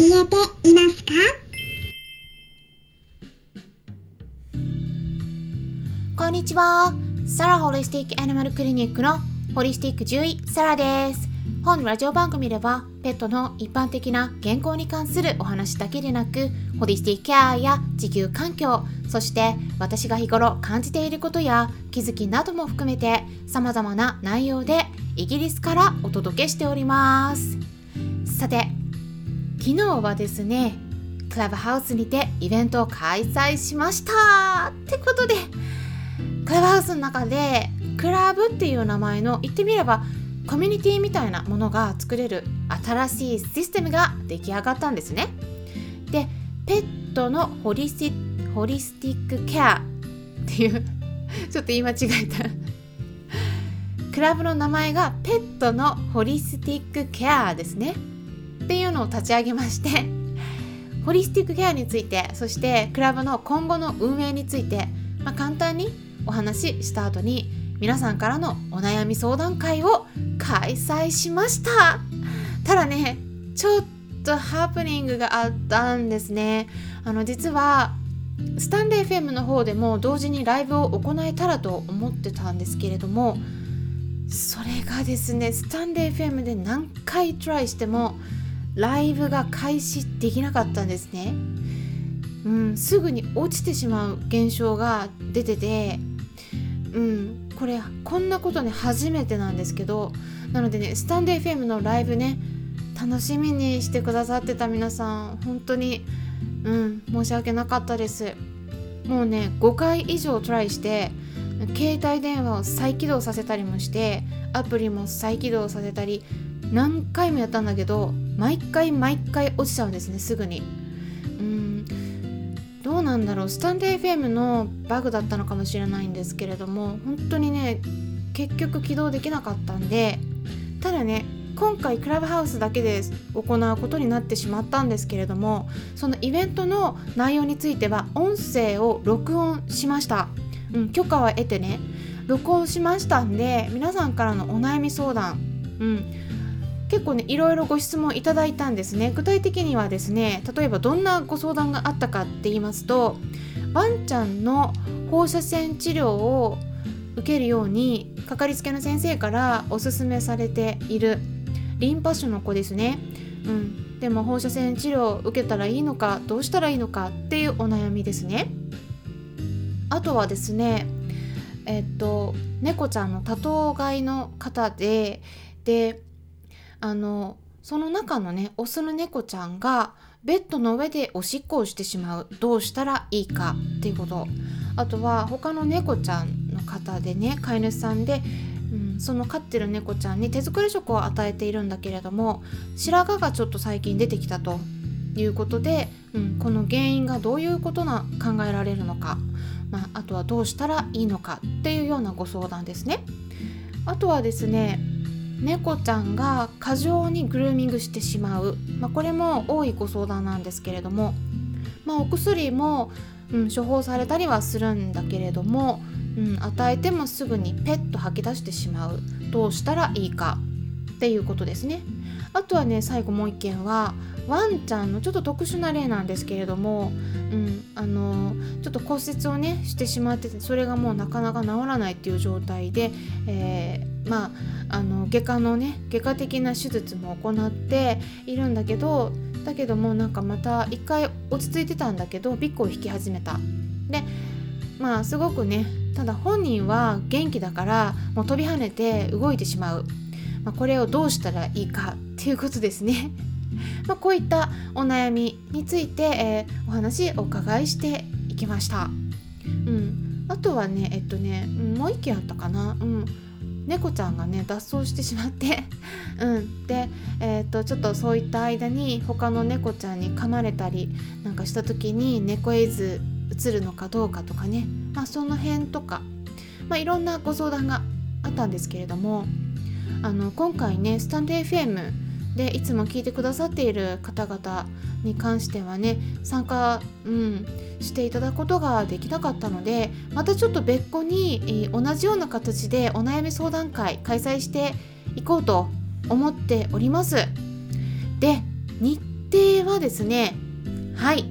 言えていますか？ こんにちは。サラホリスティックアニマルクリニックのホリスティック獣医サラです。本ラジオ番組ではペットの一般的な健康に関するお話だけでなく、ホリスティックケアや地球環境、そして私が日頃感じていることや気づきなども含めて様々な内容でイギリスからお届けしております。さて、昨日はですね、クラブハウスにてイベントを開催しましたってことで、クラブハウスの中でクラブっていう名前の言ってみればコミュニティみたいなものが作れる新しいシステムが出来上がったんですね。で、ペットのホリスティックケアっていうちょっと言い間違えたクラブの名前がペットのホリスティックケアですねっていうのを立ち上げまして、ホリスティックケアについて、そしてクラブの今後の運営について、簡単にお話しした後に皆さんからのお悩み相談会を開催しました。ただね、ちょっとハプニングがあったんですね。実はスタンレー FM の方でも同時にライブを行えたらと思ってたんですけれども、それがですね、スタンレー FM で何回トライしてもライブが開始できなかったんですね。すぐに落ちてしまう現象が出てて、こんなことね初めてなんですけど、なのでね、スタンデー FM のライブね、楽しみにしてくださってた皆さん、本当に申し訳なかったです。もうね、5回以上トライして、携帯電話を再起動させたりもして、アプリも再起動させたり何回もやったんだけど、毎回落ちちゃうんですね、すぐに。どうなんだろう、スタンデー FM のバグだったのかもしれないんですけれども、本当にね、結局起動できなかったんで、ただね、今回クラブハウスだけで行うことになってしまったんですけれども、そのイベントの内容については音声を録音しました。許可は得てね、録音しましたんで、皆さんからのお悩み相談、結構ね、いろいろご質問いただいたんですね。具体的にはですね、例えばどんなご相談があったかって言いますと、ワンちゃんの放射線治療を受けるようにかかりつけの先生からおすすめされているリンパ腫の子ですね。でも放射線治療を受けたらいいのか、どうしたらいいのかっていうお悩みですね。あとはですね、猫ちゃんの多頭飼いの方で、その中のね、オスの猫ちゃんがベッドの上でおしっこをしてしまう、どうしたらいいかっていうこと。あとは他の猫ちゃんの方でね、飼い主さんで、その飼ってる猫ちゃんに手作り食を与えているんだけれども、白髪がちょっと最近出てきたということで、この原因がどういうことが考えられるのか、あとはどうしたらいいのかっていうようなご相談ですね。あとはですね、猫ちゃんが過剰にグルーミングしてしまう、これも多いご相談なんですけれども、お薬も、処方されたりはするんだけれども、与えてもすぐにペッと吐き出してしまう、どうしたらいいかっていうことですね。あとはね、最後もう一件はワンちゃんのちょっと特殊な例なんですけれども、ちょっと骨折をねしてしまってて、それがもうなかなか治らないっていう状態で、外科的な手術も行っているんだけども、また一回落ち着いてたんだけど、ビッグを引き始めた。ですごくね、ただ本人は元気だからもう飛び跳ねて動いてしまう、これをどうしたらいいかっていうことですね。こういったお悩みについて、お話お伺いしていきました。あとはね、もう一件あったかな。猫ちゃんがね脱走してしまってで、ちょっとそういった間に他の猫ちゃんに噛まれたりなんかした時に猫エイズ移るのかどうかとかね、その辺とか、いろんなご相談があったんですけれども、今回ね、スタンデー FM でいつも聞いてくださっている方々に関してはね、参加、していただくことができなかったので、またちょっと別個に、同じような形でお悩み相談会開催していこうと思っております。で、日定はですね、はい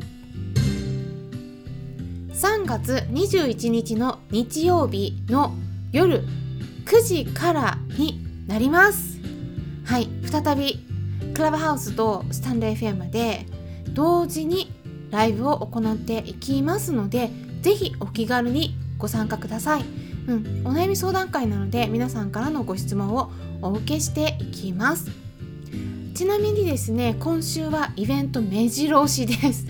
3月21日の日曜日の夜9時からになります。はい、再びクラブハウスとスタンド FM で同時にライブを行っていきますので、ぜひお気軽にご参加ください。お悩み相談会なので皆さんからのご質問をお受けしていきます。ちなみにですね、今週はイベント目白押しです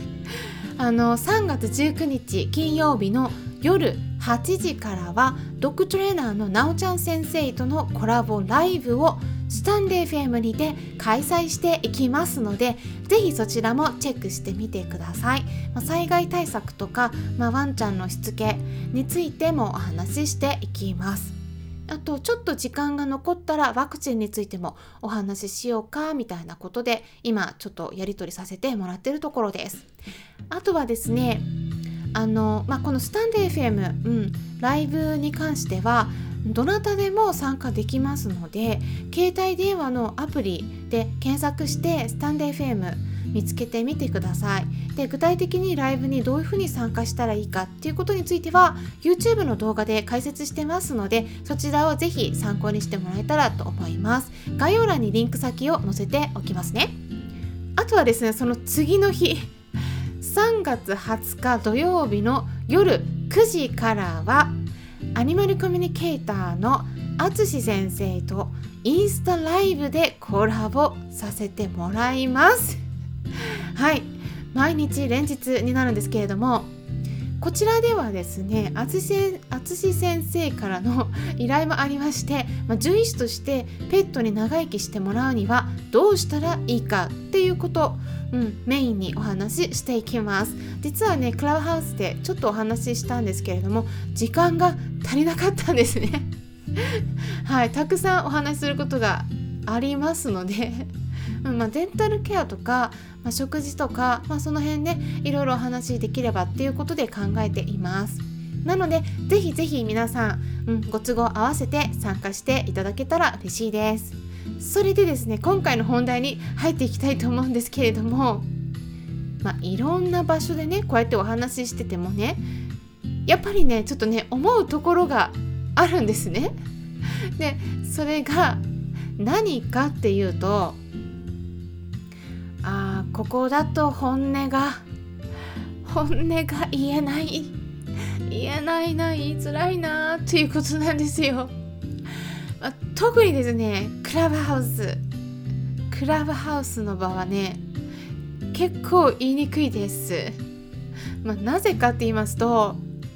3月19日金曜日の夜8時からはドッグトレーナーのなおちゃん先生とのコラボライブをスタンレー FM にて開催していきますので、ぜひそちらもチェックしてみてください。災害対策とか、ワンちゃんのしつけについてもお話ししていきます。あとちょっと時間が残ったらワクチンについてもお話ししようかみたいなことで今ちょっとやり取りさせてもらっているところです。あとはですね、このスタンデー FM、ライブに関してはどなたでも参加できますので、携帯電話のアプリで検索してスタンデー FM 見つけてみてください。で、具体的にライブにどういうふうに参加したらいいかっていうことについては YouTube の動画で解説してますので、そちらをぜひ参考にしてもらえたらと思います。概要欄にリンク先を載せておきますね。あとはですね、その次の日3月20日土曜日の夜9時からはアニマルコミュニケーターのあつし先生とインスタライブでコラボさせてもらいますはい、毎日連日になるんですけれども、こちらではですね、あつし先生からの依頼もありまして、獣医師としてペットに長生きしてもらうにはどうしたらいいかっていうことメインにお話ししていきます。実はね、クラブハウスでちょっとお話ししたんですけれども、時間が足りなかったんですねはい、たくさんお話しすることがありますのでデンタルケアとか、食事とか、その辺ね、いろいろお話しできればっていうことで考えています。なのでぜひぜひ皆さん、ご都合合わせて参加していただけたら嬉しいです。それでですね、今回の本題に入っていきたいと思うんですけれども、いろんな場所でね、こうやってお話ししててもね、やっぱりね、ちょっとね、思うところがあるんですね。で、それが何かっていうと、ここだと本音が言えないな、言いづらいなっていうことなんですよ。特にですね、クラブハウスの場はね、結構言いにくいです。なぜかって言いますと、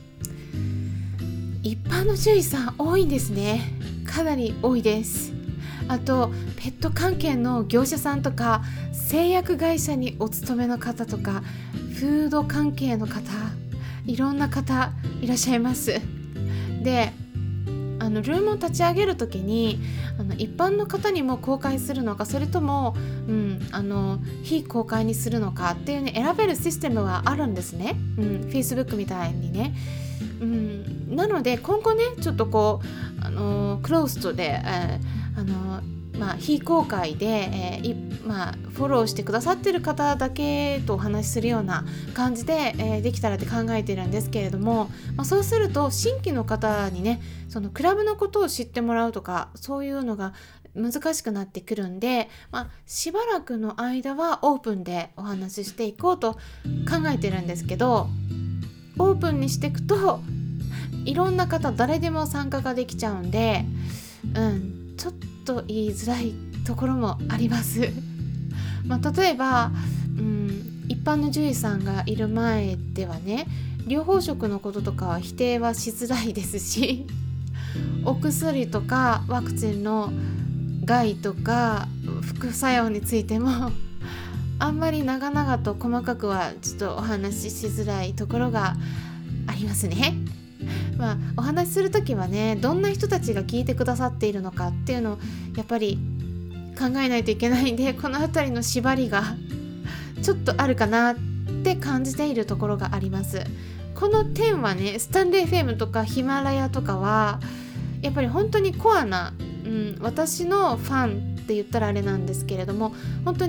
一般の獣医さん多いんですね。かなり多いです。あとペット関係の業者さんとか、製薬会社にお勤めの方とか、フード関係の方、いろんな方いらっしゃいます。で、ルームを立ち上げるときに一般の方にも公開するのか、それとも、非公開にするのかっていうね、選べるシステムはあるんですね。Facebook みたいにね。なので今後ね、ちょっとこうクローズドで、非公開で、フォローしてくださってる方だけとお話しするような感じで、できたらって考えてるんですけれども、そうすると新規の方にね、そのクラブのことを知ってもらうとか、そういうのが難しくなってくるんで、しばらくの間はオープンでお話ししていこうと考えてるんですけど、オープンにしていくといろんな方誰でも参加ができちゃうんで、ちょっと言いづらいところもあります例えば、一般の獣医さんがいる前ではね、療法職のこととかは否定はしづらいですし、お薬とかワクチンの害とか副作用についてもあんまり長々と細かくはちょっとお話ししづらいところがありますね。お話しするときはね、どんな人たちが聞いてくださっているのかっていうのをやっぱり考えないといけないんで、このあたりの縛りがちょっとあるかなって感じているところがあります。この点はね、スタンレー FM とかヒマラヤとかはやっぱり本当にコアな、私のファンって言ったらあれなんですけれども、本当に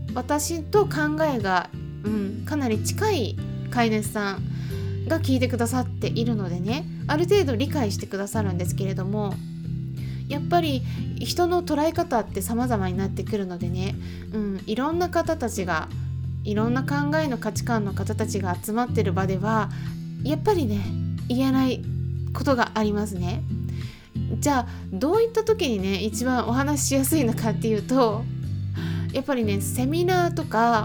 私と考えが、かなり近い飼い主さんが聞いてくださっているのでね、ある程度理解してくださるんですけれども、やっぱり人の捉え方って様々になってくるのでね、いろんな方たちが、いろんな考えの価値観の方たちが集まってる場ではやっぱりね言えないことがありますね。じゃあどういった時にね一番お話ししやすいのかっていうと、やっぱりねセミナーとか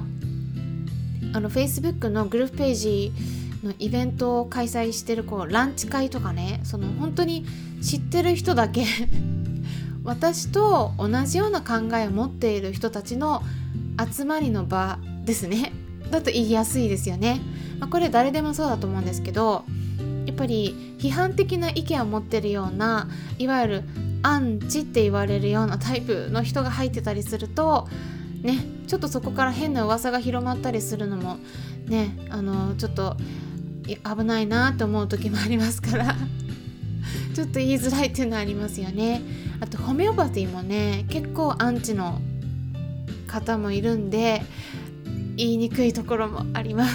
Facebook のグループページのイベントを開催してるランチ会とかね、本当に知ってる人だけ私と同じような考えを持っている人たちの集まりの場ですねだと言いやすいですよね。これ誰でもそうだと思うんですけど、やっぱり批判的な意見を持ってるような、いわゆるアンチって言われるようなタイプの人が入ってたりするとね、ちょっとそこから変な噂が広まったりするのもね、ちょっと危ないなって思う時もありますからちょっと言いづらいっていうのはありますよね。あとホメオパティもね結構アンチの方もいるんで言いにくいところもあります。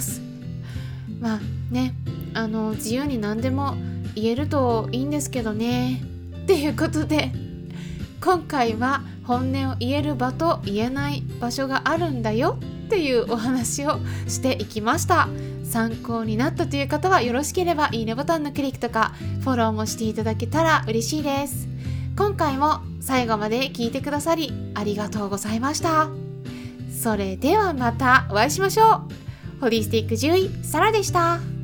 自由に何でも言えるといいんですけどねっていうことで、今回は本音を言える場と言えない場所があるんだよっていうお話をしていきました。参考になったという方はよろしければいいねボタンのクリックとかフォローもしていただけたら嬉しいです。今回も最後まで聞いてくださりありがとうございました。それではまたお会いしましょう。ホリスティック獣医サラでした。